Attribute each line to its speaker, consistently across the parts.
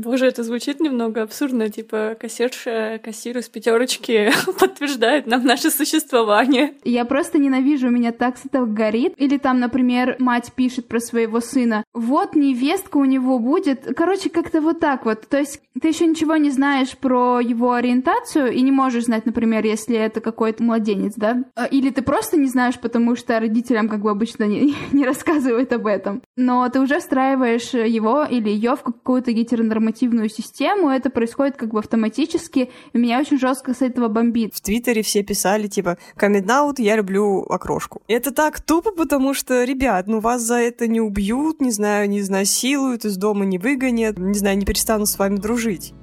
Speaker 1: Боже, это звучит немного абсурдно, типа кассирша, кассир из пятерочки подтверждает нам наше существование.
Speaker 2: Я просто ненавижу, у меня так с этого горит. Или там, например, мать пишет про своего сына. Вот невестка у него будет. Короче, как-то вот так вот. То есть ты еще ничего не знаешь про его ориентацию и не можешь знать, например, если это какой-то младенец, да? Или ты просто не знаешь, потому что родителям как бы обычно не рассказывают об этом. Но ты уже встраиваешь его или ее в какую-то гетеронормативную систему, это происходит как бы автоматически, и меня очень жестко с этого бомбит.
Speaker 3: В Твиттере все писали, типа, coming out, я люблю окрошку. И это так тупо, потому что, ребят, вас за это не убьют, не знаю, не изнасилуют, из дома не выгонят, не знаю, не перестанут с вами дружить.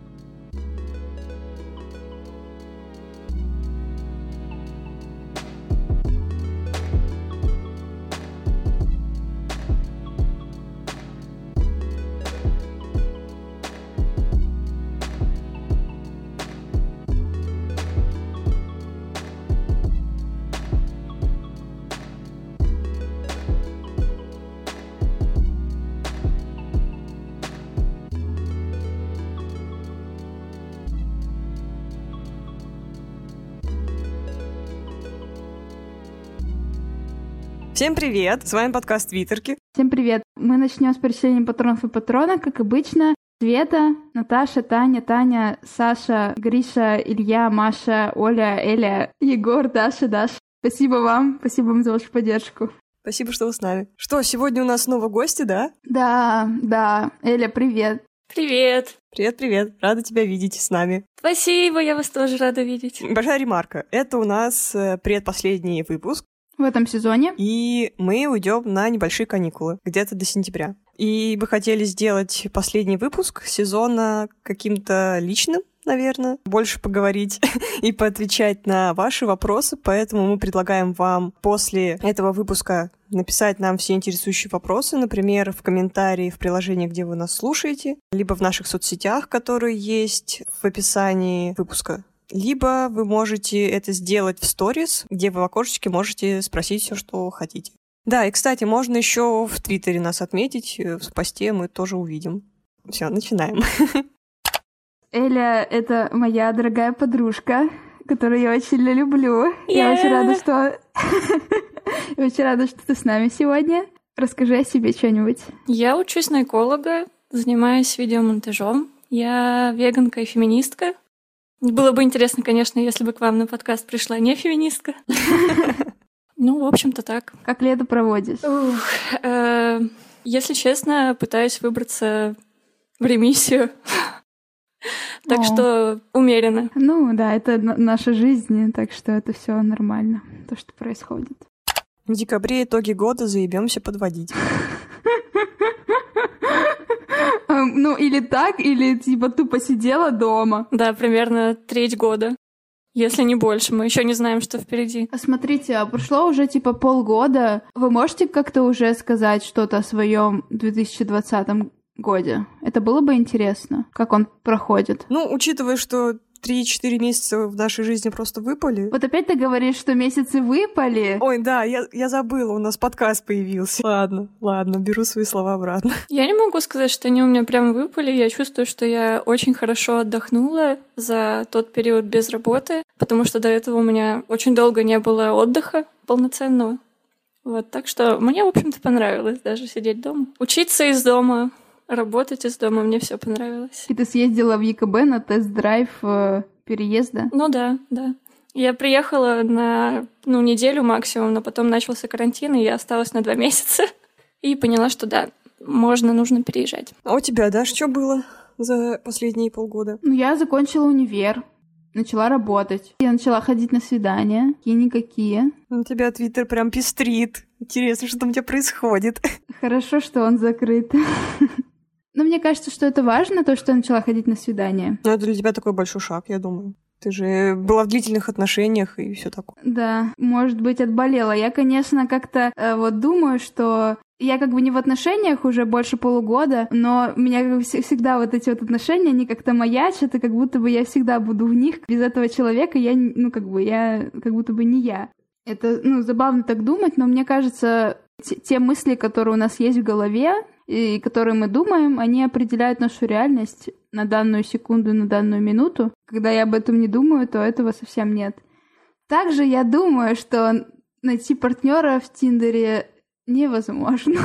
Speaker 3: Всем привет! С вами подкаст Твиттерки.
Speaker 2: Всем привет! Мы начнем с перечислением патронов и патронок, как обычно. Света, Наташа, Таня, Саша, Гриша, Илья, Маша, Оля, Эля, Егор, Даша. Спасибо вам за вашу поддержку.
Speaker 3: Спасибо, что вы с нами. Что, сегодня у нас снова гости, да?
Speaker 2: Да. Эля, привет.
Speaker 1: Привет.
Speaker 3: Привет. Рада тебя видеть с нами.
Speaker 1: Спасибо, я вас тоже рада видеть.
Speaker 3: Большая ремарка. Это у нас предпоследний выпуск
Speaker 2: в этом сезоне.
Speaker 3: И мы уйдем на небольшие каникулы, где-то до сентября. И мы хотели сделать последний выпуск сезона каким-то личным, наверное, больше поговорить и поотвечать на ваши вопросы, поэтому мы предлагаем вам после этого выпуска написать нам все интересующие вопросы, например, в комментарии в приложении, где вы нас слушаете, либо в наших соцсетях, которые есть в описании выпуска. Либо вы можете это сделать в сторис, где вы в окошечке можете спросить все, что хотите. Да, и, кстати, можно еще в Твиттере нас отметить, в посте мы тоже увидим. Все, начинаем.
Speaker 2: Эля — это моя дорогая подружка, которую я очень люблю. Я очень рада, что ты с нами сегодня. Расскажи о себе что-нибудь.
Speaker 1: Я учусь на эколога, занимаюсь видеомонтажом. Я веганка и феминистка. Было бы интересно, конечно, если бы к вам на подкаст пришла не феминистка. В общем-то, так.
Speaker 2: Как лето проводишь?
Speaker 1: Если честно, пытаюсь выбраться в ремиссию. Так что умеренно.
Speaker 2: Да, это наша жизнь, так что это все нормально, то, что происходит.
Speaker 3: В декабре итоги года заебемся подводить.
Speaker 2: Или так, или типа тупо сидела дома.
Speaker 1: Да, примерно треть года. Если не больше, мы еще не знаем, что впереди.
Speaker 2: Смотрите, прошло уже типа полгода. Вы можете как-то уже сказать что-то о своем 2020 годе? Это было бы интересно, как он проходит.
Speaker 3: Учитывая, что 3-4 месяца в нашей жизни просто выпали.
Speaker 2: Вот опять ты говоришь, что месяцы выпали.
Speaker 3: Ой, да, я забыла, у нас подкаст появился. Ладно, беру свои слова обратно.
Speaker 1: Я не могу сказать, что они у меня прям выпали. Я чувствую, что я очень хорошо отдохнула за тот период без работы, потому что до этого у меня очень долго не было отдыха полноценного. Так что мне, в общем-то, понравилось даже сидеть дома. Учиться из дома, работать из дома, мне все понравилось.
Speaker 2: И ты съездила в ЕКБ на тест-драйв переезда?
Speaker 1: Да. Я приехала на неделю максимум, но потом начался карантин, и я осталась на 2 месяца. И поняла, что да, нужно переезжать.
Speaker 3: А у тебя, Даш, что было за последние полгода?
Speaker 2: Я закончила универ, начала работать. Я начала ходить на свидания, какие-никакие.
Speaker 3: У тебя Твиттер прям пестрит. Интересно, что там у тебя происходит.
Speaker 2: Хорошо, что он закрыт. Но мне кажется, что это важно, то, что я начала ходить на свидания.
Speaker 3: Это для тебя такой большой шаг, я думаю. Ты же была в длительных отношениях и все такое.
Speaker 2: Да, может быть, отболела. Я, конечно, как-то думаю, что я как бы не в отношениях уже больше полугода, но у меня как бы всегда вот эти вот отношения, они как-то маячат, и как будто бы я всегда буду в них. Без этого человека я как будто бы не я. Это, забавно так думать, но мне кажется, те мысли, которые у нас есть в голове, и которые мы думаем, они определяют нашу реальность на данную секунду, на данную минуту. Когда я об этом не думаю, то этого совсем нет. Также я думаю, что найти партнера в Тиндере невозможно.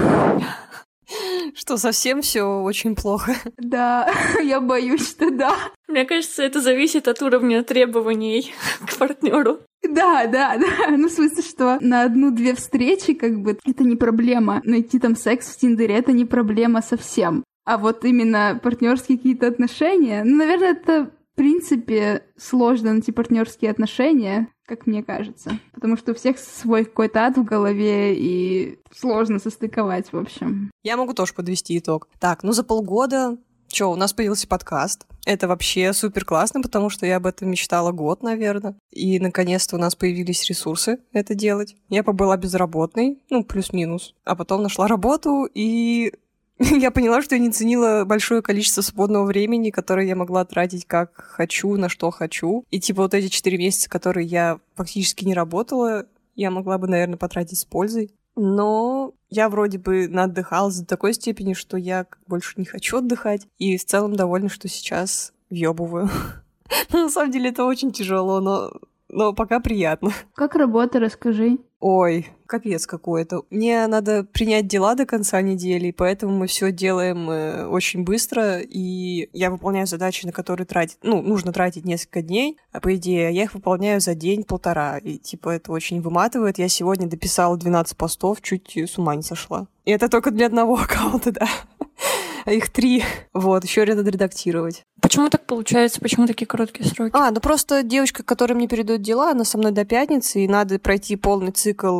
Speaker 3: Что, совсем все очень плохо?
Speaker 2: Да, я боюсь, что да.
Speaker 1: Мне кажется, это зависит от уровня требований к партнеру.
Speaker 2: Да. Ну, в смысле, что на 1-2 встречи, как бы, это не проблема. Найти там секс в Тиндере — это не проблема совсем. А вот именно партнерские какие-то отношения, ну, наверное, это, в принципе, сложно найти партнерские отношения, как мне кажется. Потому что у всех свой какой-то ад в голове, и сложно состыковать, в общем.
Speaker 3: Я могу тоже подвести итог. Так, ну за полгода... у нас появился подкаст. Это вообще супер классно, потому что я об этом мечтала год, наверное. И, наконец-то, у нас появились ресурсы это делать. Я побыла безработной, плюс-минус. А потом нашла работу, и я поняла, что я не ценила большое количество свободного времени, которое я могла тратить как хочу, на что хочу. И, вот эти 4 месяца, которые я фактически не работала, я могла бы, наверное, потратить с пользой. Но я вроде бы наотдыхалась до такой степени, что я больше не хочу отдыхать. И в целом довольна, что сейчас въебываю. На самом деле это очень тяжело, но пока приятно.
Speaker 2: Как работа, расскажи.
Speaker 3: Ой, капец какой-то. Мне надо принять дела до конца недели, поэтому мы все делаем очень быстро, и я выполняю задачи, на которые нужно тратить несколько дней, а по идее я их выполняю за день-полтора, и это очень выматывает. Я сегодня дописала 12 постов, чуть с ума не сошла. И это только для одного аккаунта, да. А их 3. Еще надо редактировать.
Speaker 1: Почему так получается? Почему такие короткие сроки?
Speaker 3: Просто девочка, которая мне передает дела, она со мной до пятницы, и надо пройти полный цикл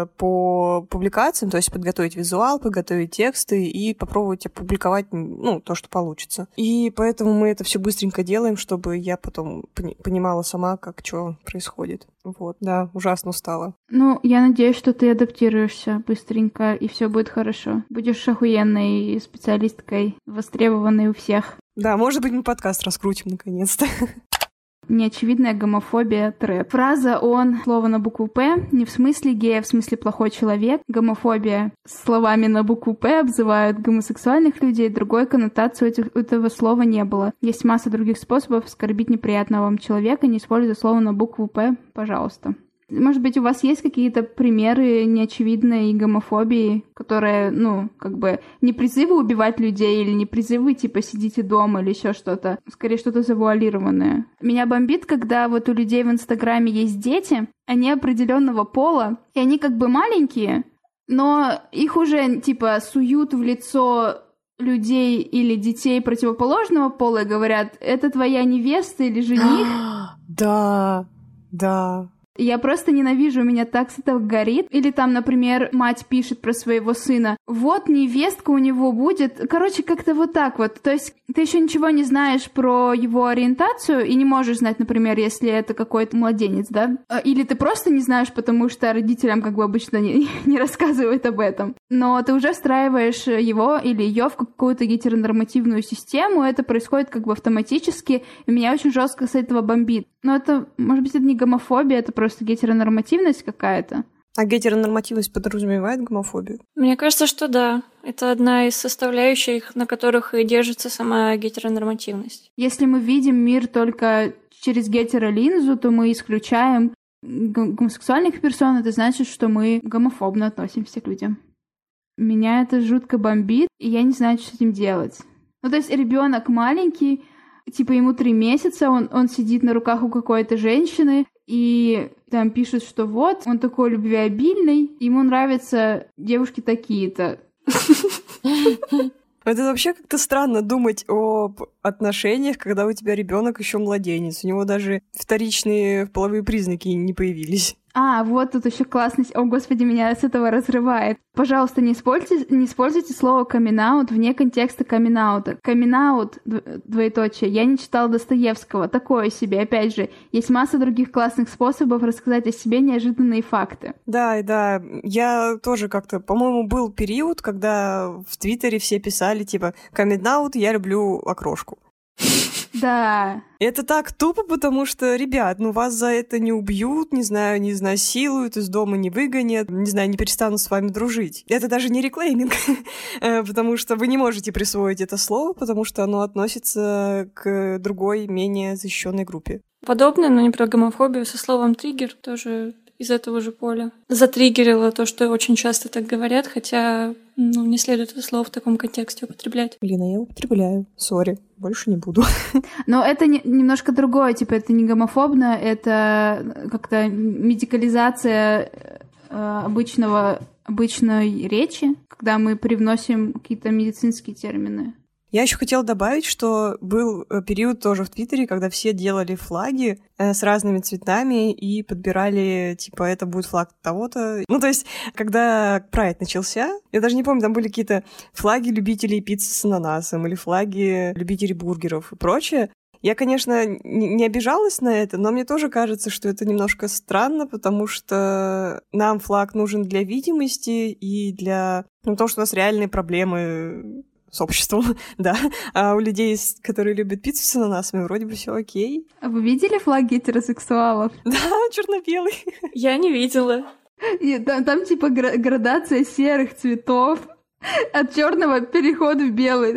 Speaker 3: по публикациям, то есть подготовить визуал, подготовить тексты и попробовать опубликовать, то, что получится. И поэтому мы это все быстренько делаем, чтобы я потом понимала сама, как что происходит. Да, ужасно устала.
Speaker 2: Я надеюсь, что ты адаптируешься быстренько, и все будет хорошо. Будешь охуенной специалисткой, востребованной у всех.
Speaker 3: Да, может быть, мы подкаст раскрутим наконец-то.
Speaker 2: Неочевидная гомофобия трэп. Фраза «он» слово на букву «П» не в смысле гея, в смысле плохой человек. Гомофобия словами на букву «П» обзывают гомосексуальных людей. Другой коннотации этого слова не было. Есть масса других способов оскорбить неприятного вам человека. Не используя слово на букву «П», пожалуйста. Может быть, у вас есть какие-то примеры неочевидной гомофобии, которые, не призывы убивать людей или не призывы, сидите дома или еще что-то. Скорее, что-то завуалированное. Меня бомбит, когда у людей в Инстаграме есть дети, они определенного пола, и они маленькие, но их уже, суют в лицо людей или детей противоположного пола и говорят, это твоя невеста или жених.
Speaker 3: Да.
Speaker 2: Я просто ненавижу, у меня так с этого горит. Или там, например, мать пишет про своего сына. Вот невестка у него будет. Короче, как-то вот так вот. То есть ты еще ничего не знаешь про его ориентацию и не можешь знать, например, если это какой-то младенец, да? Или ты просто не знаешь, потому что родителям обычно не рассказывают об этом. Но ты уже встраиваешь его или ее в какую-то гетеронормативную систему. Это происходит автоматически. И меня очень жестко с этого бомбит. Но это, может быть, это не гомофобия, это просто гетеронормативность какая-то.
Speaker 3: А гетеронормативность подразумевает гомофобию?
Speaker 1: Мне кажется, что да. Это одна из составляющих, на которых и держится сама гетеронормативность.
Speaker 2: Если мы видим мир только через гетеролинзу, то мы исключаем гомосексуальных персон. Это значит, что мы гомофобно относимся к людям. Меня это жутко бомбит, и я не знаю, что с этим делать. То есть ребенок маленький, ему 3 месяца, он сидит на руках у какой-то женщины, и там пишут, что он такой любвеобильный, ему нравятся девушки такие-то.
Speaker 3: Это вообще как-то странно думать об отношениях, когда у тебя ребенок еще младенец. У него даже вторичные половые признаки не появились.
Speaker 2: Тут еще классность. О, господи, меня с этого разрывает. Пожалуйста, не используйте слово камин-аут вне контекста камин-аута. Камин-аут, двоеточие, я не читала Достоевского. Такое себе, опять же. Есть масса других классных способов рассказать о себе неожиданные факты.
Speaker 3: Да. Я тоже как-то, по-моему, был период, когда в Твиттере все писали, камин-аут, я люблю окрошку.
Speaker 2: Да.
Speaker 3: Это так тупо, потому что, ребят, вас за это не убьют, не знаю, не изнасилуют, из дома не выгонят, не знаю, не перестанут с вами дружить. Это даже не реклейминг, потому что вы не можете присвоить это слово, потому что оно относится к другой, менее защищенной группе.
Speaker 1: Подобное, но не про гомофобию, со словом «триггер» тоже из этого же поля. Затриггерило то, что очень часто так говорят, хотя не следует это слово в таком контексте употреблять.
Speaker 3: Блин, а я употребляю. Сори, больше не буду.
Speaker 2: Но это немножко другое, типа это не гомофобно, это как-то медикализация обычной речи, когда мы привносим какие-то медицинские термины.
Speaker 3: Я еще хотела добавить, что был период тоже в Твиттере, когда все делали флаги с разными цветами и подбирали, типа, это будет флаг того-то. То есть, когда Прайд начался, я даже не помню, там были какие-то флаги любителей пиццы с ананасом или флаги любителей бургеров и прочее. Я, конечно, не обижалась на это, но мне тоже кажется, что это немножко странно, потому что нам флаг нужен для видимости и для... потому что у нас реальные проблемы с обществом, да. А у людей, которые любят пиццу с ананасами, вроде бы все окей.
Speaker 2: А вы видели флаг гетеросексуалов?
Speaker 3: Да, черно-белый.
Speaker 1: Я не видела.
Speaker 2: И там типа градация серых цветов. От черного переход в белый.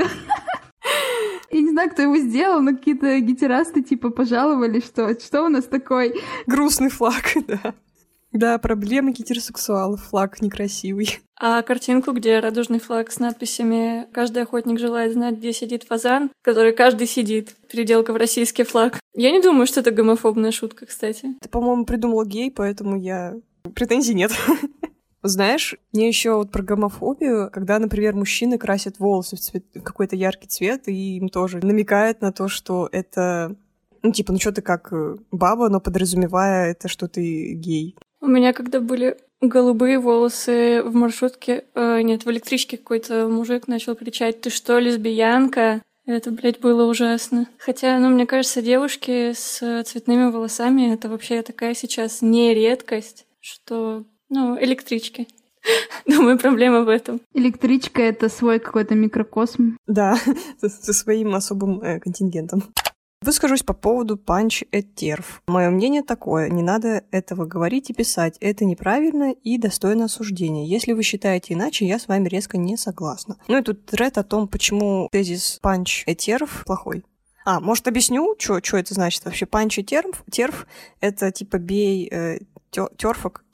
Speaker 2: Я не знаю, кто его сделал, но какие-то гетерасты типа пожаловались, что у нас такой...
Speaker 3: Грустный флаг, да. Да, проблемы гетеросексуалов, флаг некрасивый.
Speaker 1: А картинку, где радужный флаг с надписями «Каждый охотник желает знать, где сидит фазан», который каждый сидит, переделка в российский флаг. Я не думаю, что это гомофобная шутка, кстати.
Speaker 3: Ты, по-моему, придумал гей, поэтому претензий нет. Знаешь, мне еще вот про гомофобию, когда, например, мужчины красят волосы в какой-то яркий цвет, и им тоже намекает на то, что это... что ты как баба, но подразумевая это, что ты гей.
Speaker 1: У меня когда были голубые волосы в маршрутке, в электричке какой-то мужик начал кричать: «Ты что, лесбиянка?» Это, было ужасно. Хотя, мне кажется, девушки с цветными волосами — это вообще такая сейчас не редкость, что, электрички. Думаю, проблема в этом.
Speaker 2: Электричка — это свой какой-то микрокосм.
Speaker 3: Да, со своим особым контингентом. Выскажусь по поводу punch a TERF. Мое мнение такое: не надо этого говорить и писать. Это неправильно и достойно осуждения. Если вы считаете иначе, я с вами резко не согласна. И тут тред о том, почему тезис punch a TERF плохой. Может, объясню, что это значит вообще? Punch a TERF — это типа бей терфок.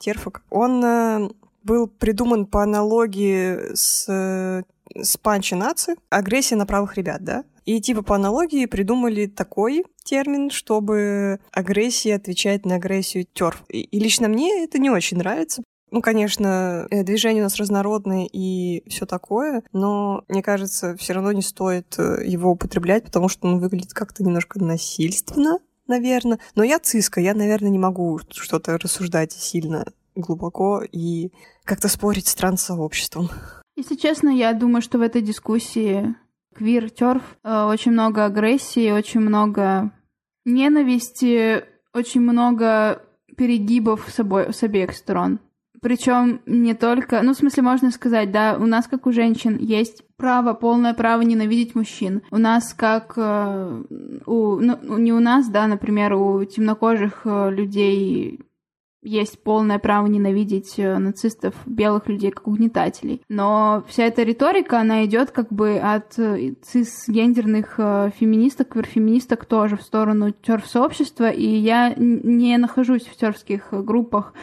Speaker 3: Он был придуман по аналогии с панчи наци, агрессия на правых ребят, да? И по аналогии придумали такой термин, чтобы агрессия отвечать на агрессию терф. И лично мне это не очень нравится. Конечно, движения у нас разнородные и все такое, но мне кажется, все равно не стоит его употреблять, потому что он выглядит как-то немножко насильственно, наверное. Но я циска, я, наверное, не могу что-то рассуждать сильно глубоко и как-то спорить с транс-сообществом.
Speaker 2: Если честно, я думаю, что в этой дискуссии квир-терф очень много агрессии, очень много ненависти, очень много перегибов с обеих сторон. Причем не только... в смысле, можно сказать, да, у нас, как у женщин, есть полное право ненавидеть мужчин. У нас, как не у нас, да, например, у темнокожих людей есть полное право ненавидеть нацистов, белых людей, как угнетателей. Но вся эта риторика, она идет от цисгендерных феминисток, квир-феминисток тоже в сторону тёрф-сообщества, и я не нахожусь в тёрфских группах,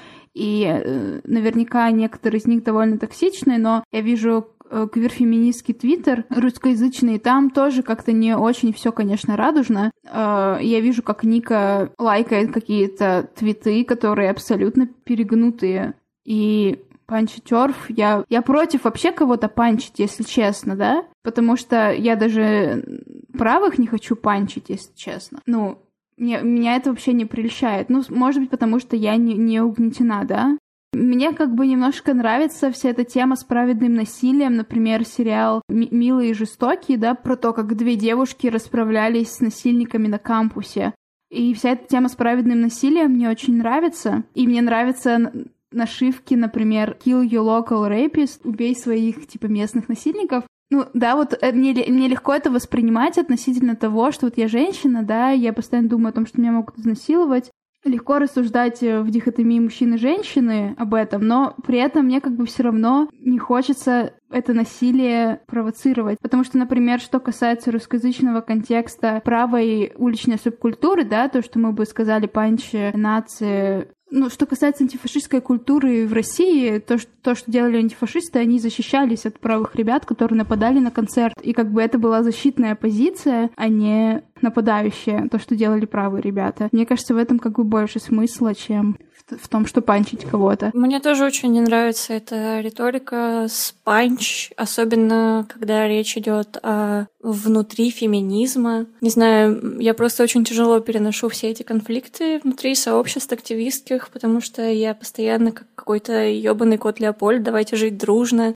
Speaker 2: и наверняка некоторые из них довольно токсичные, но я вижу квир-феминистский твиттер русскоязычный, там тоже как-то не очень все, конечно, радужно. Я вижу, как Ника лайкает какие-то твиты, которые абсолютно перегнутые. И панчить терф, я против вообще кого-то панчить, если честно, да? Потому что я даже правых не хочу панчить, если честно. Меня это вообще не прельщает. Может быть, потому что я не угнетена, да? Мне немножко нравится вся эта тема с праведным насилием. Например, сериал «Милые и жестокие», да, про то, как две девушки расправлялись с насильниками на кампусе. И вся эта тема с праведным насилием мне очень нравится. И мне нравятся нашивки, например, «Kill your local rapist», «Убей своих, местных насильников». Ну, да, вот мне легко это воспринимать относительно того, что вот я женщина, да, я постоянно думаю о том, что меня могут изнасиловать. Легко рассуждать в дихотомии мужчины и женщины об этом, но при этом мне как бы все равно не хочется это насилие провоцировать. Потому что, например, что касается русскоязычного контекста правой уличной субкультуры, да, то, что мы бы сказали панчи, нации. Ну, что касается антифашистской культуры в России, то, что делали антифашисты, они защищались от правых ребят, которые нападали на концерт. И как бы это была защитная позиция, а не нападающая, то, что делали правые ребята. Мне кажется, в этом как бы больше смысла, чем в том, что панчить кого-то.
Speaker 1: Мне тоже очень не нравится эта риторика с панч, особенно когда речь идет о внутри феминизма. Не знаю, я просто очень тяжело переношу все эти конфликты внутри сообществ активистских, потому что я постоянно как какой-то ёбаный кот Леопольд, давайте жить дружно.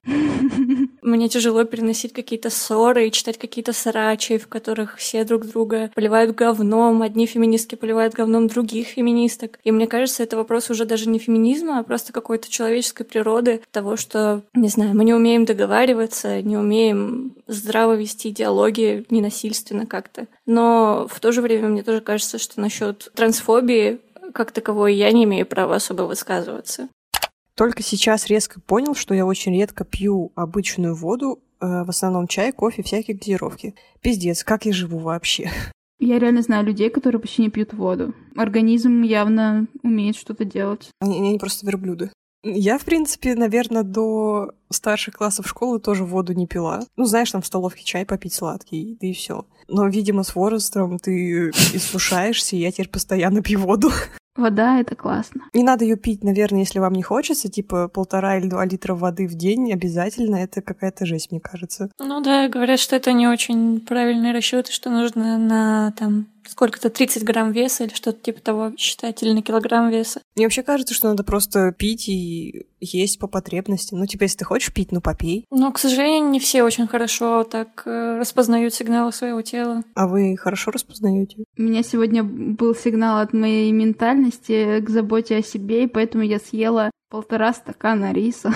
Speaker 1: Мне тяжело переносить какие-то ссоры и читать какие-то срачи, в которых все друг друга поливают говном, одни феминистки поливают говном других феминисток. И мне кажется, это вопрос уже даже не феминизма, а просто какой-то человеческой природы, того, что, не знаю, мы не умеем договариваться, не умеем здраво вести диалоги ненасильственно как-то. Но в то же время мне тоже кажется, что насчет трансфобии как таковой я не имею права особо высказываться.
Speaker 3: Только сейчас резко понял, что я очень редко пью обычную воду, в основном чай, кофе, всякие газировки. Пиздец, как я живу вообще?
Speaker 2: Я реально знаю людей, которые почти не пьют воду. Организм явно умеет что-то делать.
Speaker 3: Они просто верблюды. Я, в принципе, наверное, до старших классов школы тоже воду не пила. Ну, знаешь, там в столовке чай попить сладкий, да и все. Но, видимо, с возрастом ты иссушаешься, и я теперь постоянно пью воду.
Speaker 2: Вода — это классно.
Speaker 3: Не надо ее пить, наверное, если вам не хочется, типа 1,5 или 2 литра воды в день обязательно. Это какая-то жесть, мне кажется.
Speaker 1: Ну да, говорят, что это не очень правильный расчет, что нужно на там сколько-то 30 грамм веса или что-то типа того считать, или на килограмм веса.
Speaker 3: Мне вообще кажется, что надо просто пить и есть по потребности. Ну, типа, если ты хочешь пить, ну, попей.
Speaker 1: Но, к сожалению, не все очень хорошо так распознают сигналы своего тела.
Speaker 3: А вы хорошо распознаете?
Speaker 2: У меня сегодня был сигнал от моей ментальности к заботе о себе, и поэтому я съела 1,5 стакана риса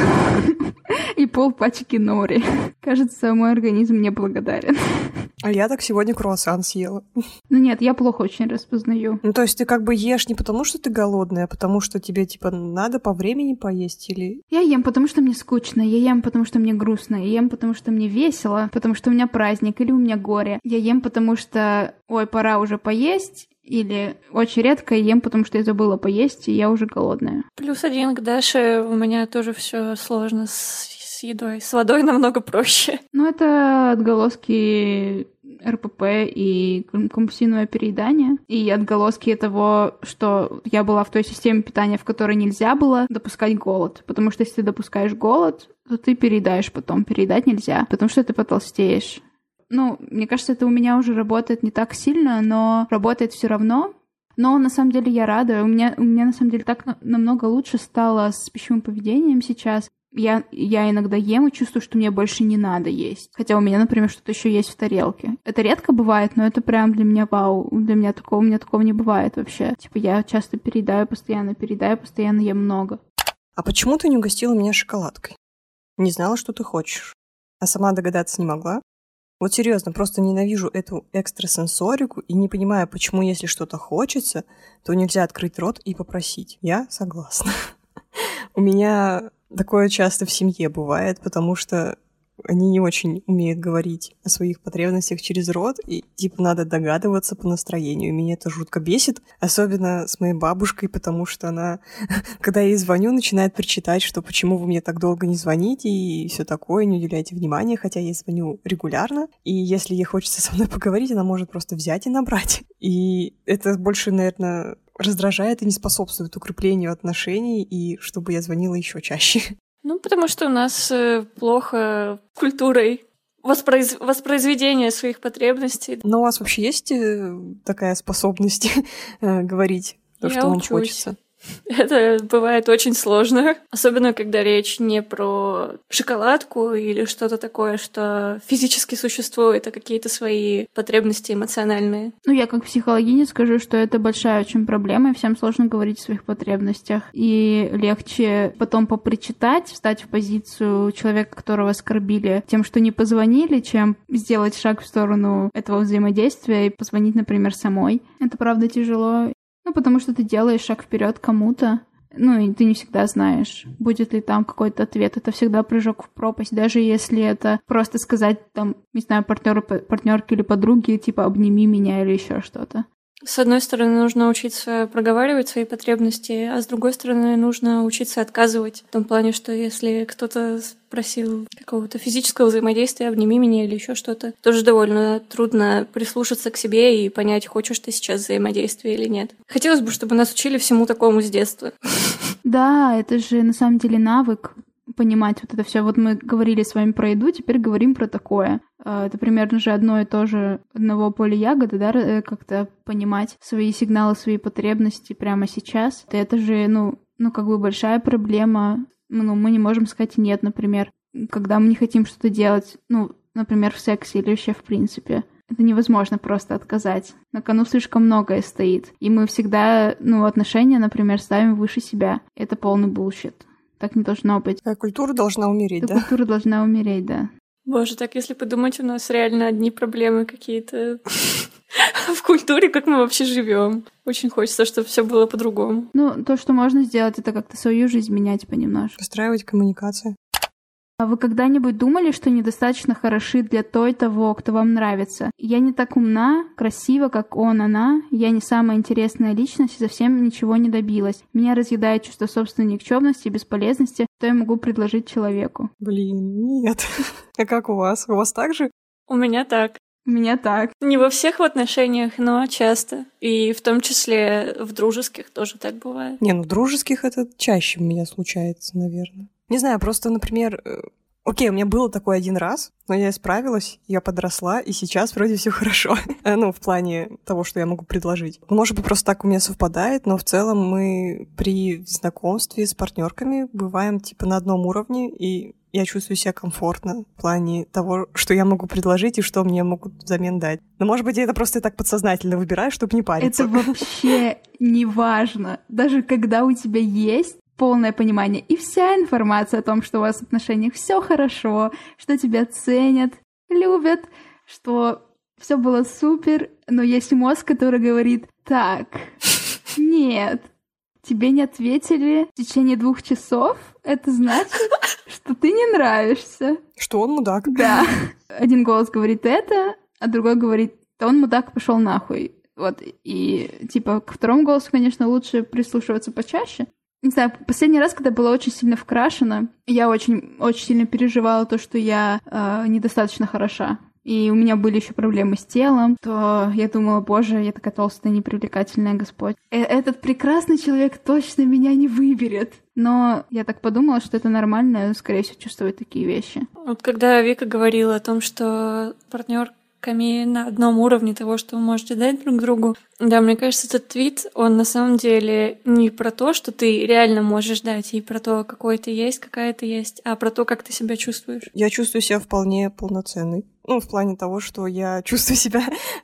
Speaker 2: и пачки нори. Кажется, мой организм не благодарен.
Speaker 3: А я так сегодня круассан съела.
Speaker 2: Ну нет, я плохо очень распознаю.
Speaker 3: Ну, то есть ты как бы ешь не потому, что ты голодная, а потому что тебе, типа, надо по времени поесть или...
Speaker 2: Я ем, потому что мне скучно, я ем, потому что мне грустно, я ем, потому что мне весело, потому что у меня праздник или у меня горе. Я ем, потому что, ой, пора уже поесть, или очень редко ем, потому что я забыла поесть, и я уже голодная.
Speaker 1: +1 к Даше, у меня тоже все сложно с едой. С водой намного проще.
Speaker 2: Ну, это отголоски РПП и компульсивного переедания. И отголоски того, что я была в той системе питания, в которой нельзя было допускать голод. Потому что если ты допускаешь голод, то ты переедаешь потом. Переедать нельзя, потому что ты потолстеешь. Ну, мне кажется, это у меня уже работает не так сильно, но работает все равно. Но на самом деле я рада. У меня на самом деле так намного лучше стало с пищевым поведением сейчас. Я иногда ем и чувствую, что мне больше не надо есть. Хотя у меня, например, что-то еще есть в тарелке. Это редко бывает, но это прям для меня вау. У меня такого не бывает вообще. Типа я часто переедаю, постоянно ем много.
Speaker 3: А почему ты не угостила меня шоколадкой? Не знала, что ты хочешь. А сама догадаться не могла? Вот серьезно, просто ненавижу эту экстрасенсорику и не понимаю, почему, если что-то хочется, то нельзя открыть рот и попросить. Я согласна. У меня такое часто в семье бывает, потому что они не очень умеют говорить о своих потребностях через рот, и типа надо догадываться по настроению. Меня это жутко бесит, особенно с моей бабушкой, потому что она, когда я ей звоню, начинает причитать, что почему вы мне так долго не звоните и все такое, не уделяете внимания, хотя я ей звоню регулярно, и если ей хочется со мной поговорить, она может просто взять и набрать. И это больше, наверное, раздражает и не способствует укреплению отношений, и чтобы я звонила еще чаще.
Speaker 1: Ну, потому что у нас плохо культурой воспроизведения своих потребностей.
Speaker 3: Но у вас вообще есть такая способность говорить то, что вам хочется?
Speaker 1: Это бывает очень сложно, особенно когда речь не про шоколадку или что-то такое, что физически существует, а какие-то свои потребности эмоциональные.
Speaker 2: Ну, я как психологиня скажу, что это большая очень проблема, и всем сложно говорить о своих потребностях. И легче потом попричитать, встать в позицию человека, которого оскорбили тем, что не позвонили, чем сделать шаг в сторону этого взаимодействия и позвонить, например, самой. Это правда тяжело. Ну, потому что ты делаешь шаг вперед кому-то, ну, и ты не всегда знаешь, будет ли там какой-то ответ. Это всегда прыжок в пропасть, даже если это просто сказать, там, не знаю, партнерке или подруге, типа, обними меня или еще что-то.
Speaker 1: С одной стороны, нужно учиться проговаривать свои потребности, а с другой стороны, нужно учиться отказывать. В том плане, что если кто-то просил какого-то физического взаимодействия, обними меня или еще что-то, тоже довольно трудно прислушаться к себе и понять, хочешь ты сейчас взаимодействия или нет. Хотелось бы, чтобы нас учили всему такому с детства.
Speaker 2: Да, это же на самом деле навык понимать вот это все. Вот мы говорили с вами про еду, теперь говорим про такое. Это примерно же одно и то же, одного поля ягоды, да, как-то понимать свои сигналы, свои потребности прямо сейчас. Это же, ну, как бы большая проблема. Ну, мы не можем сказать «нет», например, когда мы не хотим что-то делать, ну, например, в сексе или вообще в принципе. Это невозможно просто отказать. На кону слишком многое стоит. И мы всегда, ну, отношения, например, ставим выше себя. Это полный булщит. Так не должно быть.
Speaker 3: Культура должна умереть, да?
Speaker 2: Культура должна умереть, да.
Speaker 1: Боже, так если подумать, у нас реально одни проблемы какие-то в культуре, как мы вообще живем. Очень хочется, чтобы все было по-другому.
Speaker 2: Ну, то, что можно сделать, это как-то свою жизнь менять понемножку.
Speaker 3: Устраивать коммуникации.
Speaker 2: А вы когда-нибудь думали, что недостаточно хороши для того, кто вам нравится? Я не так умна, красива, как он, она. Я не самая интересная личность и совсем ничего не добилась. Меня разъедает чувство собственной никчемности и бесполезности. Что я могу предложить человеку?
Speaker 3: Блин, нет. А как у вас? У вас так же?
Speaker 1: У меня так.
Speaker 2: У меня так.
Speaker 1: Не во всех отношениях, но часто. И в том числе в дружеских тоже так бывает.
Speaker 3: Не, ну в дружеских это чаще у меня случается, наверное. Не знаю, просто, например, окей, у меня было такое один раз, но я справилась, я подросла, и сейчас вроде все хорошо. Ну, в плане того, что я могу предложить. Может быть, просто так у меня совпадает, но в целом мы при знакомстве с партнерками бываем типа на одном уровне, и я чувствую себя комфортно в плане того, что я могу предложить и что мне могут взамен дать. Но, может быть, я это просто так подсознательно выбираю, чтобы не париться.
Speaker 2: Это вообще не важно. Даже когда у тебя есть полное понимание и вся информация о том, что у вас в отношениях все хорошо, что тебя ценят, любят, что все было супер, но есть мозг, который говорит: так, нет, тебе не ответили в течение 2 часов, это значит, что ты не нравишься.
Speaker 3: Что он мудак.
Speaker 2: Да. Один голос говорит это, а другой говорит: да он мудак, пошел нахуй. Вот, и типа к второму голосу, конечно, лучше прислушиваться почаще. Не знаю, последний раз, когда была очень сильно вкрашена, я очень сильно переживала то, что я недостаточно хороша. И у меня были еще проблемы с телом, то я думала: боже, я такая толстая, непривлекательная, Господь. Этот прекрасный человек точно меня не выберет. Но я так подумала, что это нормально, скорее всего, чувствовать такие вещи.
Speaker 1: Вот когда Вика говорила о том, что партнер на одном уровне того, что вы можете дать друг другу. Да, мне кажется, этот твит, он на самом деле не про то, что ты реально можешь дать, и про то, какой ты есть, какая ты есть, а про то, как ты себя чувствуешь.
Speaker 3: Я чувствую себя вполне полноценной. Ну, в плане того, что я чувствую себя,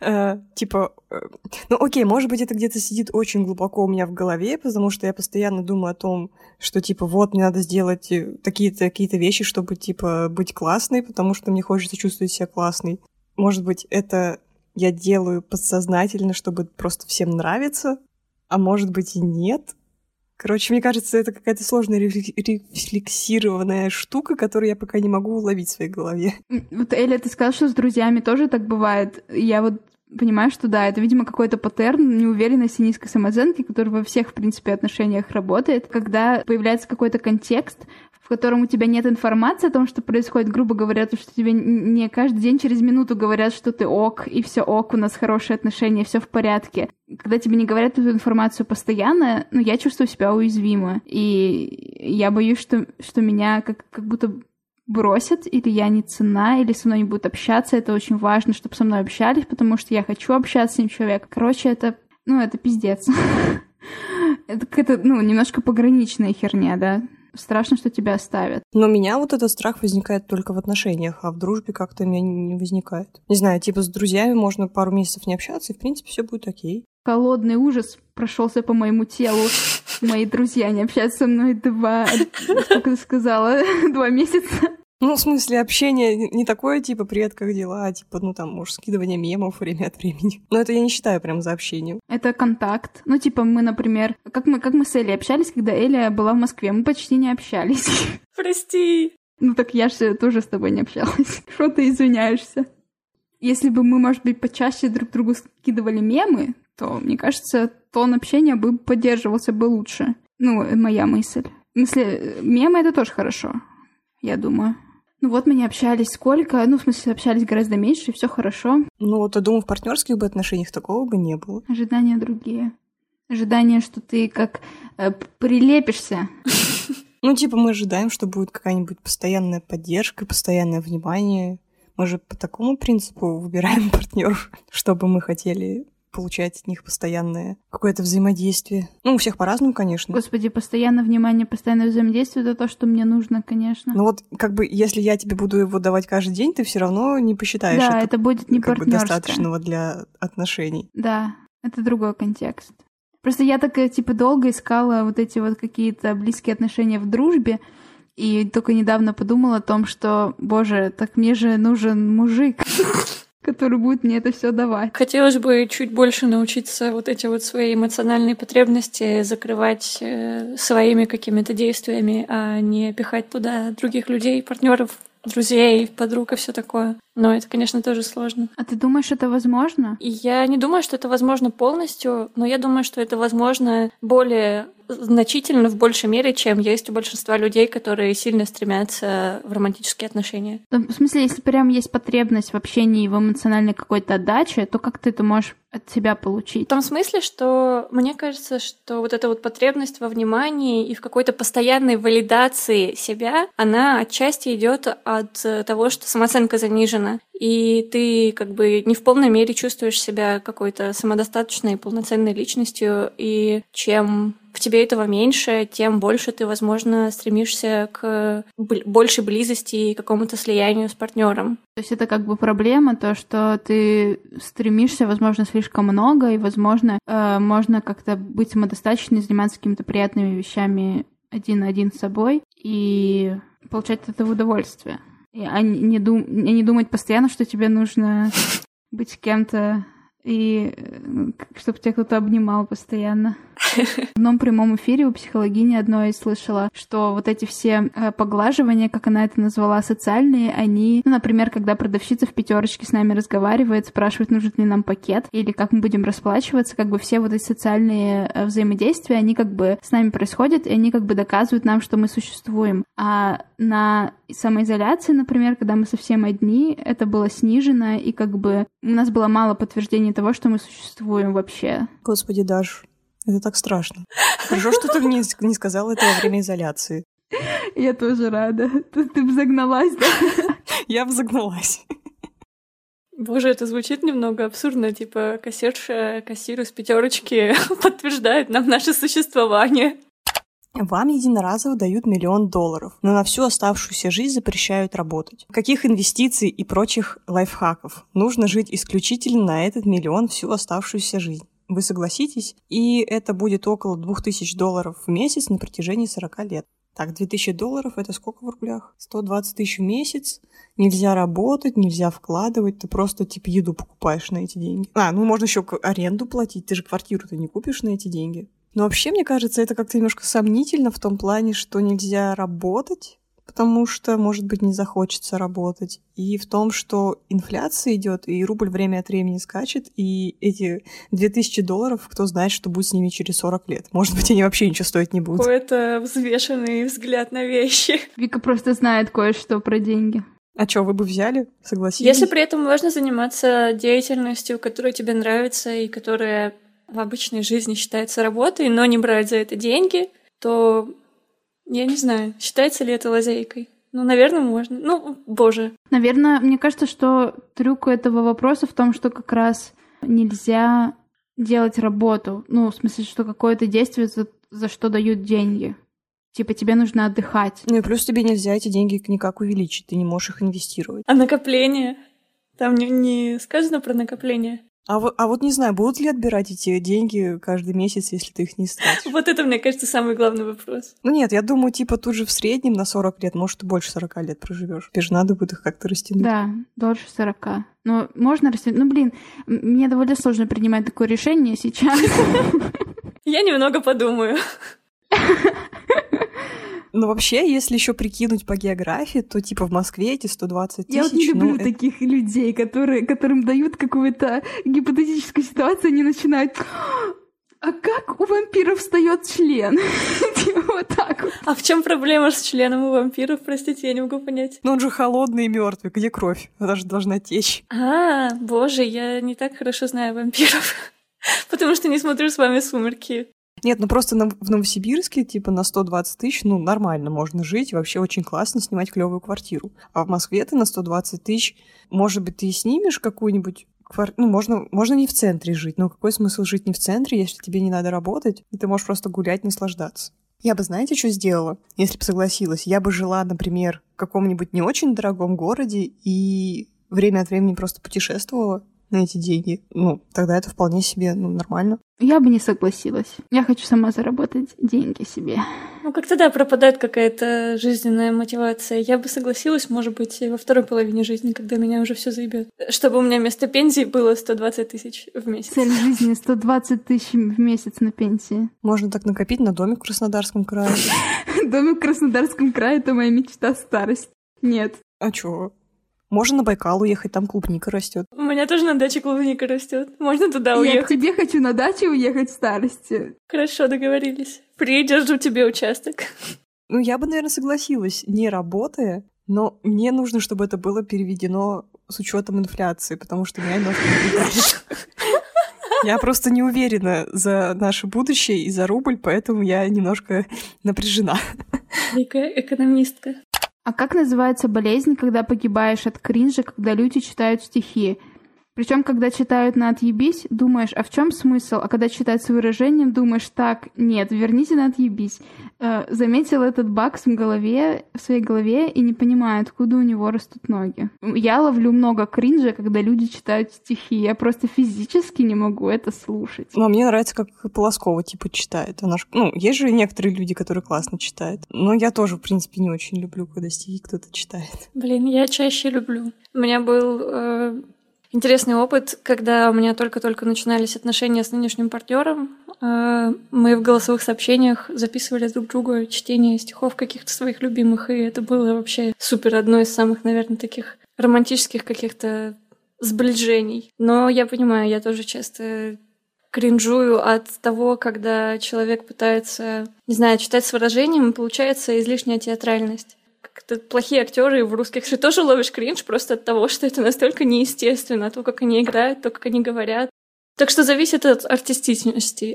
Speaker 3: ну, окей, может быть, это где-то сидит очень глубоко у меня в голове, потому что я постоянно думаю о том, что, типа, вот, мне надо сделать какие-то вещи, чтобы, типа, быть классной, потому что мне хочется чувствовать себя классной. Может быть, это я делаю подсознательно, чтобы просто всем нравиться, а может быть и нет. Короче, мне кажется, это какая-то сложная рефлексированная штука, которую я пока не могу уловить в своей голове.
Speaker 2: Вот, Эля, ты сказала, что с друзьями тоже так бывает. Я вот понимаю, что да, это, видимо, какой-то паттерн неуверенности, низкой самооценки, который во всех, в принципе, отношениях работает. Когда появляется какой-то контекст, в котором у тебя нет информации о том, что происходит, грубо говоря, то, что тебе не каждый день через минуту говорят, что ты ок, и все ок, у нас хорошие отношения, все в порядке. Когда тебе не говорят эту информацию постоянно, ну, я чувствую себя уязвимо. И я боюсь, что меня как будто бросят, или я не ценна, или со мной не будут общаться. Это очень важно, чтобы со мной общались, потому что я хочу общаться с этим человеком. Короче, это пиздец. Это какая-то, немножко пограничная херня, да? Страшно, что тебя оставят.
Speaker 3: Но у меня вот этот страх возникает только в отношениях, а в дружбе как-то у меня не возникает. Не знаю, типа с друзьями можно пару месяцев не общаться, и в принципе все будет окей.
Speaker 2: Холодный ужас прошелся по моему телу. Мои друзья не общаются со мной сколько ты сказала, 2 месяца.
Speaker 3: Ну, в смысле, общение не такое, типа, привет, как дела, а типа, может, скидывание мемов время от времени. Но это я не считаю прям за общением.
Speaker 2: Это контакт. Мы, например, как мы с Элей общались, когда Эля была в Москве, мы почти не общались.
Speaker 1: Прости.
Speaker 2: Так я же тоже с тобой не общалась. Что ты извиняешься? Если бы мы, может быть, почаще друг другу скидывали мемы, то, мне кажется, тон общения бы поддерживался бы лучше. Моя мысль. В смысле, мемы — это тоже хорошо, я думаю. Мы не общались сколько, общались гораздо меньше, и все хорошо.
Speaker 3: Я думаю, в партнерских бы отношениях такого бы не было.
Speaker 2: Ожидания другие. Ожидания, что ты как прилепишься.
Speaker 3: Мы ожидаем, что будет какая-нибудь постоянная поддержка, постоянное внимание. Мы же по такому принципу выбираем партнеров, чтобы мы хотели получать от них постоянное какое-то взаимодействие. У всех по-разному, конечно.
Speaker 2: Господи, постоянное внимание, постоянное взаимодействие — это то, что мне нужно, конечно.
Speaker 3: Если я тебе буду его давать каждый день, ты все равно не посчитаешь
Speaker 2: это будет не партнерское.
Speaker 3: Достаточного для отношений.
Speaker 2: Да, это другой контекст. Просто я так, долго искала вот эти вот какие-то близкие отношения в дружбе, и только недавно подумала о том, что, боже, так мне же нужен мужик, который будет мне это все давать.
Speaker 1: Хотелось бы чуть больше научиться вот эти вот свои эмоциональные потребности закрывать своими какими-то действиями, а не пихать туда других людей, партнеров, друзей, подруг и все такое. Но это, конечно, тоже сложно.
Speaker 2: А ты думаешь, это возможно?
Speaker 1: Я не думаю, что это возможно полностью, но я думаю, что это возможно более значительно, в большей мере, чем есть у большинства людей, которые сильно стремятся в романтические отношения.
Speaker 2: В смысле, если прям есть потребность в общении и в эмоциональной какой-то отдаче, то как ты это можешь от себя получить?
Speaker 1: В том смысле, что мне кажется, что вот эта вот потребность во внимании и в какой-то постоянной валидации себя, она отчасти идет от того, что самооценка занижена, и ты не в полной мере чувствуешь себя какой-то самодостаточной, полноценной личностью, и чем в тебе этого меньше, тем больше ты, возможно, стремишься к большей близости и какому-то слиянию с партнером.
Speaker 2: То есть это проблема, то, что ты стремишься, возможно, слишком много, и, возможно, можно как-то быть самодостаточной, заниматься какими-то приятными вещами один на один с собой и получать от этого удовольствие. А не думать постоянно, что тебе нужно быть с кем-то и чтобы тебя кто-то обнимал постоянно. В одном прямом эфире у психологини одной слышала, что вот эти все поглаживания, как она это назвала, социальные, они, например, когда продавщица в пятерочке с нами разговаривает, спрашивает, нужен ли нам пакет, или как мы будем расплачиваться, все вот эти социальные взаимодействия, они с нами происходят, и они доказывают нам, что мы существуем. А на самоизоляции, например, когда мы совсем одни, это было снижено, и у нас было мало подтверждений того, что мы существуем вообще.
Speaker 3: Господи, Даш, это так страшно. Хорошо, что ты мне не сказала это во время изоляции.
Speaker 2: Я тоже рада. Ты бы загналась, да?
Speaker 3: Я бы загналась.
Speaker 1: Боже, это звучит немного абсурдно, кассирша, кассир из пятерочки подтверждает нам наше существование.
Speaker 3: Вам единоразово дают $1 миллион, но на всю оставшуюся жизнь запрещают работать. Каких инвестиций и прочих лайфхаков нужно жить исключительно на этот $1 миллион всю оставшуюся жизнь? Вы согласитесь? И это будет около $2000 в месяц на протяжении 40 лет. Так, $2000 — это сколько в рублях? 120 тысяч в месяц. Нельзя работать, нельзя вкладывать, ты просто еду покупаешь на эти деньги. Можно еще аренду платить, ты же квартиру-то не купишь на эти деньги. Но вообще, мне кажется, это как-то немножко сомнительно в том плане, что нельзя работать, потому что, может быть, не захочется работать. И в том, что инфляция идет, и рубль время от времени скачет, и эти $2000, кто знает, что будет с ними через 40 лет. Может быть, они вообще ничего стоить не будут.
Speaker 1: Какой-то взвешенный взгляд на вещи.
Speaker 2: Вика просто знает кое-что про деньги.
Speaker 3: А что, вы бы взяли? Согласились?
Speaker 1: Если при этом можно заниматься деятельностью, которая тебе нравится и которая в обычной жизни считается работой, но не брать за это деньги, то я не знаю, считается ли это лазейкой. Наверное, можно. Боже.
Speaker 2: Наверное, мне кажется, что трюк этого вопроса в том, что как раз нельзя делать работу. В смысле, что какое-то действие за что дают деньги. Типа, тебе нужно отдыхать.
Speaker 3: Ну и плюс тебе нельзя эти деньги никак увеличить, ты не можешь их инвестировать.
Speaker 1: А накопление? Там не сказано про накопление.
Speaker 3: А вот не знаю, будут ли отбирать эти деньги каждый месяц, если ты их не истратишь?
Speaker 1: Вот это, мне кажется, самый главный вопрос.
Speaker 3: Ну нет, я думаю, типа тут же в среднем на 40 лет, может, ты больше 40 лет проживешь. Тебе же надо будет их как-то растянуть.
Speaker 2: Да, дольше 40. Но можно растянуть. Ну, блин, мне довольно сложно принимать такое решение сейчас.
Speaker 1: Я немного подумаю.
Speaker 3: Но вообще, если еще прикинуть по географии, то типа в Москве эти 120 тысяч...
Speaker 2: Я вот не люблю таких людей, которым дают какую-то гипотетическую ситуацию, они начинают... А как у вампиров встает член? Типа вот так вот.
Speaker 1: А в чем проблема с членом у вампиров? Простите, я не могу понять.
Speaker 3: Но он же холодный и мертвый. Где кровь? Она же должна течь.
Speaker 1: Боже, я не так хорошо знаю вампиров. Потому что не смотрю с вами «Сумерки».
Speaker 3: Нет, ну просто в Новосибирске, типа, на 120 тысяч, ну, нормально можно жить, вообще очень классно снимать клевую квартиру. А в Москве ты на 120 тысяч, может быть, ты и снимешь какую-нибудь квартиру, ну, можно не в центре жить, но какой смысл жить не в центре, если тебе не надо работать, и ты можешь просто гулять, наслаждаться. Я бы, знаете, что сделала, если бы согласилась? Я бы жила, например, в каком-нибудь не очень дорогом городе и время от времени просто путешествовала на эти деньги. Ну, тогда это вполне себе, нормально.
Speaker 2: Я бы не согласилась. Я хочу сама заработать деньги себе.
Speaker 1: Ну, как-то, да, пропадает какая-то жизненная мотивация. Я бы согласилась, может быть, во второй половине жизни, когда меня уже все заебет. Чтобы у меня вместо пенсии было 120 тысяч в месяц.
Speaker 2: Цель жизни 120 тысяч в месяц на пенсии.
Speaker 3: Можно так накопить на домик в Краснодарском крае.
Speaker 2: Домик в Краснодарском крае — это моя мечта старость. Нет.
Speaker 3: А чё? Можно на Байкал уехать, там клубника растет.
Speaker 1: У меня тоже на даче клубника растет. Можно туда уехать.
Speaker 2: Я к тебе хочу на дачу уехать в старости.
Speaker 1: Хорошо, договорились. Придержу тебе участок.
Speaker 3: Ну, я бы, наверное, согласилась, не работая, но мне нужно, чтобы это было переведено с учетом инфляции, потому что меня немножко напрягает. Я просто не уверена за наше будущее и за рубль, поэтому я немножко напряжена.
Speaker 1: Великая экономистка.
Speaker 2: А как называется болезнь, когда погибаешь от кринжа, когда люди читают стихи? Причем, когда читают на «отъебись», думаешь, а в чем смысл? А когда читают с выражением, думаешь, так, нет, верните на «отъебись». Заметил этот баг в своей голове и не понимаю, откуда у него растут ноги. Я ловлю много кринжа, когда люди читают стихи. Я просто физически не могу это слушать.
Speaker 3: Ну, а мне нравится, как Полоскова, типа, читает. Она есть же некоторые люди, которые классно читают. Но я тоже, в принципе, не очень люблю, когда стихи кто-то читает.
Speaker 1: Блин, я чаще люблю. У меня был... интересный опыт, когда у меня только-только начинались отношения с нынешним партнером. Мы в голосовых сообщениях записывали друг другу чтение стихов каких-то своих любимых, и это было вообще супер, одно из самых, наверное, таких романтических каких-то сближений. Но я понимаю, я тоже часто кринжую от того, когда человек пытается, не знаю, читать с выражением, и получается излишняя театральность. Как-то плохие актеры в русских же тоже ловишь кринж просто от того, что это настолько неестественно, то, как они играют, то, как они говорят. Так что зависит от артистичности.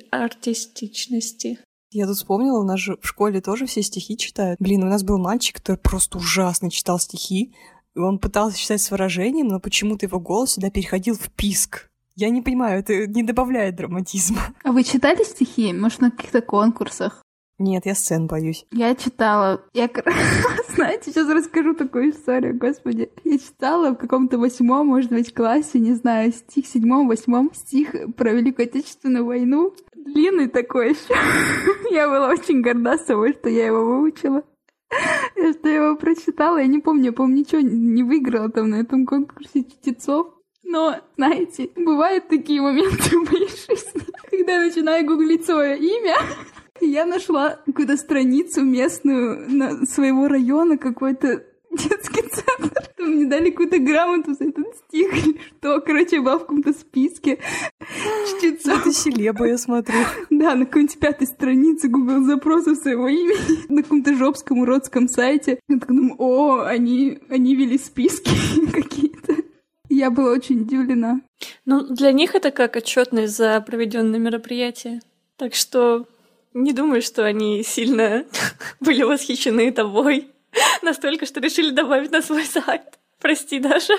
Speaker 3: Я тут вспомнила, у нас же в школе тоже все стихи читают. Блин, у нас был мальчик, который просто ужасно читал стихи, и он пытался читать с выражением, но почему-то его голос всегда переходил в писк. Я не понимаю, это не добавляет драматизма.
Speaker 2: А вы читали стихи? Может, на каких-то конкурсах?
Speaker 3: Нет, я сцен боюсь.
Speaker 2: Я читала. Знаете, сейчас расскажу такую историю, господи. Я читала в каком-то 8-м, может быть, классе, не знаю, стих 7-м, 8-м, стих про Великую Отечественную войну. Длинный такой еще. Я была очень горда собой, что я его выучила. Что я его прочитала. Я не помню, я, по-моему, ничего не выиграла там на этом конкурсе чтецов. Но, знаете, бывают такие моменты в моей жизни, когда я начинаю гуглить свое имя. Я нашла какую-то страницу местную своего района, какой-то детский центр. Там мне дали какую-то грамоту за этот стих или что. Короче, я была в каком-то списке чтецов.
Speaker 3: Это селеба, я смотрю.
Speaker 2: Да, на какой-нибудь 5-й странице Google запросов своего имени. На каком-то жопском уродском сайте. Я так думаю, они вели списки какие-то. Я была очень удивлена.
Speaker 1: Ну, для них это как отчетность за проведенное мероприятие. Так что не думаю, что они сильно были восхищены тобой. Настолько, что решили добавить на свой сайт. Прости, Даша.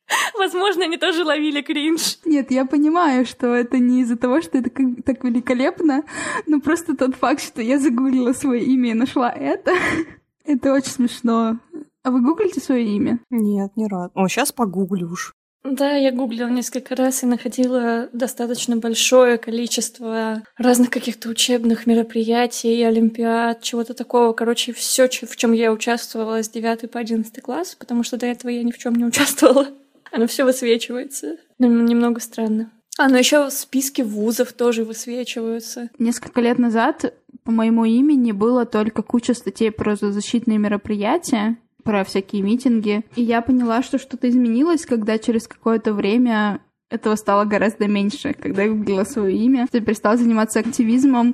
Speaker 1: Возможно, они тоже ловили кринж.
Speaker 2: Нет, я понимаю, что это не из-за того, что это так великолепно, но просто тот факт, что я загуглила свое имя и нашла это, это очень смешно. А вы гуглите свое имя?
Speaker 3: Нет, не рад. О, сейчас погуглю уж.
Speaker 1: Да, я гуглила несколько раз и находила достаточно большое количество разных каких-то учебных мероприятий, олимпиад, чего-то такого. Короче, все, в чем я участвовала с 9 по 11 класс, потому что до этого я ни в чем не участвовала. Оно все высвечивается. Немного странно. Ну еще списки вузов тоже высвечиваются.
Speaker 2: Несколько лет назад по моему имени было только куча статей про защитные мероприятия, про всякие митинги. И я поняла, что что-то изменилось, когда через какое-то время этого стало гораздо меньше, когда я гуглила свое имя. Я перестала заниматься активизмом,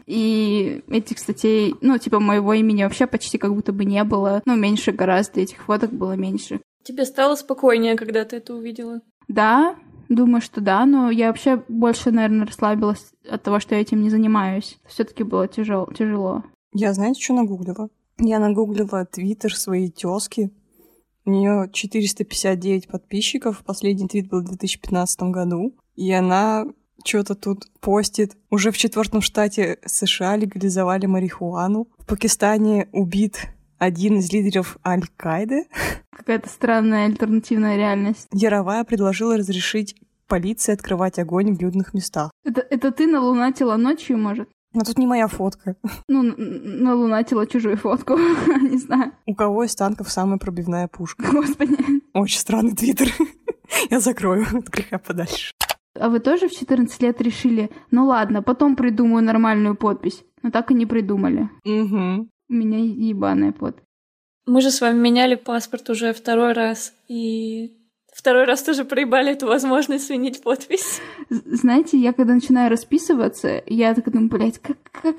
Speaker 2: и этих статей, моего имени вообще почти как будто бы не было. Меньше гораздо, этих фоток было меньше.
Speaker 1: Тебе стало спокойнее, когда ты это увидела?
Speaker 2: Да, думаю, что да, но я вообще больше, наверное, расслабилась от того, что я этим не занимаюсь. Все-таки было тяжело.
Speaker 3: Я, знаете, что нагуглила? Я нагуглила твиттер своей тёзки. У нее 459 подписчиков. Последний твит был в 2015 году. И она что-то тут постит. Уже в 4 штате США легализовали марихуану. В Пакистане убит один из лидеров Аль-Каиды.
Speaker 2: Какая-то странная альтернативная реальность.
Speaker 3: Яровая предложила разрешить полиции открывать огонь в людных местах.
Speaker 2: Это ты налунатила ночью, может?
Speaker 3: Но тут не моя фотка.
Speaker 2: Налунатила чужую фотку, не знаю.
Speaker 3: У кого из танков самая пробивная пушка?
Speaker 2: Господи.
Speaker 3: Очень странный твиттер. Я закрою от греха подальше.
Speaker 2: А вы тоже в 14 лет решили, ладно, потом придумаю нормальную подпись, но так и не придумали?
Speaker 3: Угу.
Speaker 2: У меня ебаная подпись.
Speaker 1: Мы же с вами меняли паспорт уже 2 раз, и 2 раз тоже проебали эту возможность сменить подпись.
Speaker 2: Знаете, я когда начинаю расписываться, я так думаю, блядь, как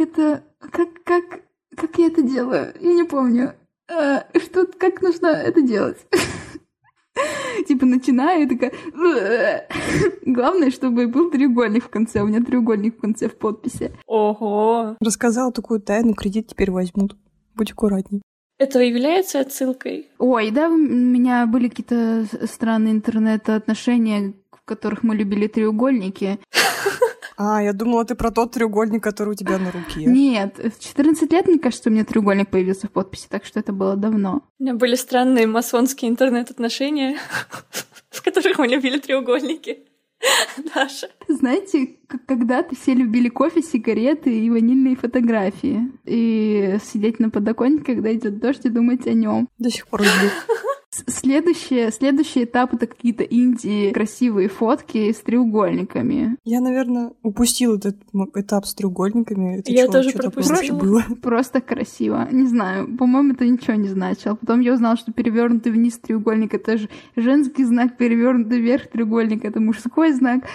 Speaker 2: я это делаю? Я не помню. Как нужно это делать? Начинаю и такая... Главное, чтобы был треугольник в конце. У меня треугольник в конце в подписи.
Speaker 1: Ого!
Speaker 3: Рассказала такую тайну, кредит теперь возьмут. Будь аккуратней.
Speaker 1: Это является отсылкой?
Speaker 2: Ой, да, у меня были какие-то странные интернет-отношения, в которых мы любили треугольники.
Speaker 3: Я думала, ты про тот треугольник, который у тебя на руке.
Speaker 2: Нет, в 14 лет, мне кажется, у меня треугольник появился в подписи, так что это было давно.
Speaker 1: У меня были странные масонские интернет-отношения, в которых мы любили треугольники. Даша.
Speaker 2: Знаете, когда-то все любили кофе, сигареты и ванильные фотографии. И сидеть на подоконнике, когда идет дождь, и думать о нем.
Speaker 3: До сих пор люблю.
Speaker 2: Следующий этап — это какие-то инди красивые фотки с треугольниками.
Speaker 3: Я, наверное, упустила этот этап с треугольниками. Это
Speaker 1: я
Speaker 3: что,
Speaker 1: тоже
Speaker 3: что-то
Speaker 1: пропустила.
Speaker 3: было?
Speaker 2: Просто красиво. Не знаю, по-моему, это ничего не значило. Потом я узнала, что перевернутый вниз треугольник — это же женский знак, перевернутый вверх треугольник — это мужской знак.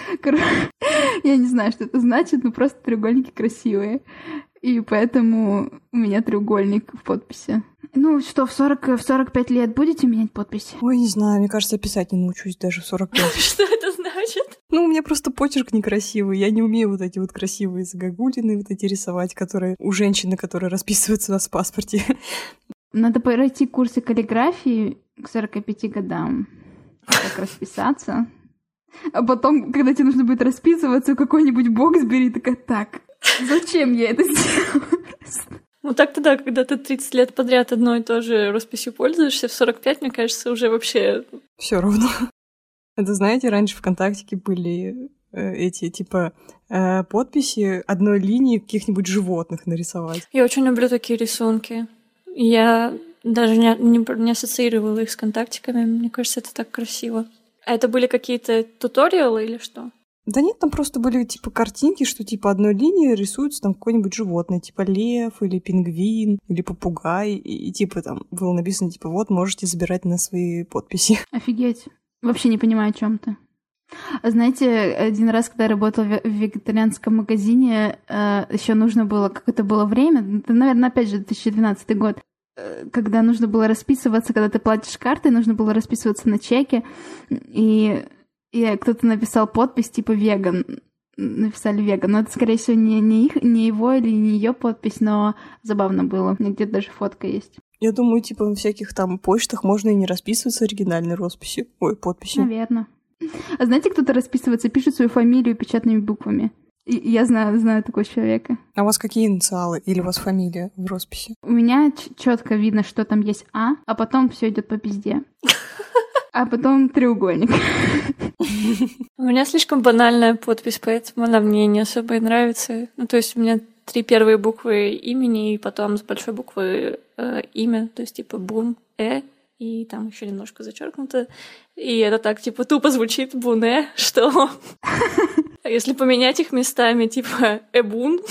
Speaker 2: Я не знаю, что это значит, но просто треугольники красивые. И поэтому у меня треугольник в подписи. Что, в 45 лет будете менять подпись?
Speaker 3: Ой, не знаю, мне кажется, я писать не научусь даже в 45.
Speaker 1: Что это значит?
Speaker 3: У меня просто почерк некрасивый. Я не умею вот эти вот красивые загогулины вот эти рисовать, которые у женщины, которые расписываются у нас в паспорте.
Speaker 2: Надо пройти курсы каллиграфии к 45 годам. Как расписаться. А потом, когда тебе нужно будет расписываться, какой-нибудь бокс бери, такая, так, зачем я это сделала?
Speaker 1: Так-то да, когда ты 30 лет подряд одной и той же росписью пользуешься, в 45, мне кажется, уже вообще...
Speaker 3: Все равно. Это, знаете, раньше ВКонтактике были эти, подписи одной линии каких-нибудь животных нарисовать.
Speaker 1: Я очень люблю такие рисунки. Я даже не ассоциировала их с контактиками. Мне кажется, это так красиво. А это были какие-то туториалы или что?
Speaker 3: Да нет, там просто были, картинки, что, одной линией рисуется там какое-нибудь животное, лев или пингвин или попугай, и там было написано, вот, можете забирать на свои подписи.
Speaker 2: Офигеть. Вообще не понимаю, о чем ты. Знаете, один раз, когда я работала в вегетарианском магазине, еще нужно было, какое-то было время, это, наверное, опять же, 2012 год, когда нужно было расписываться, когда ты платишь картой, нужно было расписываться на чеке, и кто-то написал подпись веган, написали веган, но это, скорее всего, не его или не ее подпись, но забавно было, у меня где-то даже фотка есть.
Speaker 3: Я думаю, типа, на всяких там почтах можно и не расписываться оригинальной росписью. Ой, подписью.
Speaker 2: Наверное. А знаете, кто-то расписывается, пишет свою фамилию печатными буквами? И я знаю такого человека.
Speaker 3: А у вас какие инициалы? Или у вас фамилия в росписи?
Speaker 2: У меня четко видно, что там есть а потом все идет по пизде. А потом треугольник.
Speaker 1: У меня слишком банальная подпись, поэтому она мне не особо и нравится. Ну, то есть у меня 3 первые буквы имени, и потом с большой буквы имя, то есть типа Бун, и там еще немножко зачеркнуто. И это так, типа, тупо звучит Буне, что... А если поменять их местами, типа Эбун...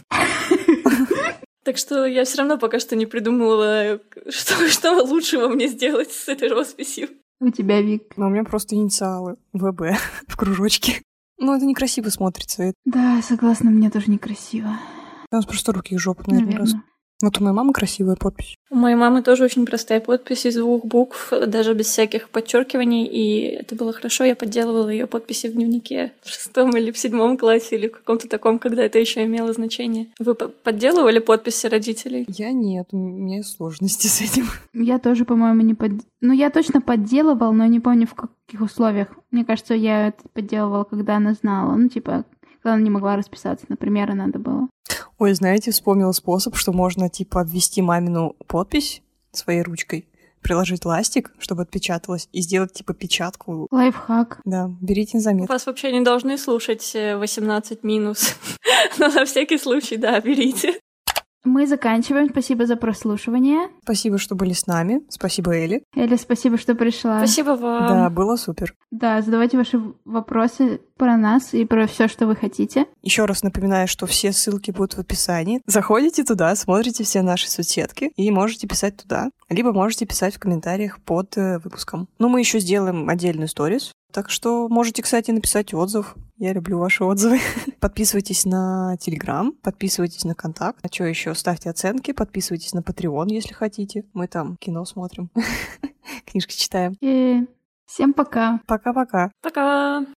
Speaker 1: Так что я все равно пока что не придумала, что лучшего мне сделать с этой росписью.
Speaker 2: У тебя, Вик.
Speaker 3: Ну, у меня просто инициалы ВБ в кружочке. Ну, это некрасиво смотрится.
Speaker 2: Да, согласна, мне тоже некрасиво.
Speaker 3: У нас просто руки и жопа, наверное, раз.
Speaker 2: Наверное.
Speaker 3: Вот у моей мамы красивая подпись.
Speaker 1: У моей мамы тоже очень простая подпись из 2 букв, даже без всяких подчеркиваний, и это было хорошо. Я подделывала ее подписи в дневнике в 6 или в 7 классе, или в каком-то таком, когда это еще имело значение. Вы подделывали подписи родителей?
Speaker 3: Я нет, у меня сложности с этим.
Speaker 2: Я тоже, по-моему, не Ну, я точно подделывал, но не помню, в каких условиях. Мне кажется, я это подделывала, когда она знала. Ну, типа, когда она не могла расписаться, например, и надо было.
Speaker 3: Ой, знаете, вспомнила способ, что можно, типа, обвести мамину подпись своей ручкой, приложить ластик, чтобы отпечаталось, и сделать, типа, печатку.
Speaker 2: Лайфхак.
Speaker 3: Да, берите на заметку.
Speaker 1: Вас вообще не должны слушать 18 минус. Но на всякий случай, да, берите.
Speaker 2: Мы заканчиваем. Спасибо за прослушивание.
Speaker 3: Спасибо, что были с нами. Спасибо, Элли.
Speaker 2: Эля, спасибо, что пришла.
Speaker 1: Спасибо вам.
Speaker 3: Да, было супер.
Speaker 2: Да, задавайте ваши вопросы про нас и про все, что вы хотите.
Speaker 3: Еще раз напоминаю, что все ссылки будут в описании. Заходите туда, смотрите все наши соцсетки и можете писать туда. Либо можете писать в комментариях под выпуском. Ну, мы еще сделаем отдельную сторис. Так что можете, кстати, написать отзыв. Я люблю ваши отзывы. Подписывайтесь на Телеграм, подписывайтесь на Контакт. А что еще? Ставьте оценки, подписывайтесь на Patreon, если хотите. Мы там кино смотрим, книжки читаем.
Speaker 2: И всем пока.
Speaker 3: Пока-пока.
Speaker 1: Пока.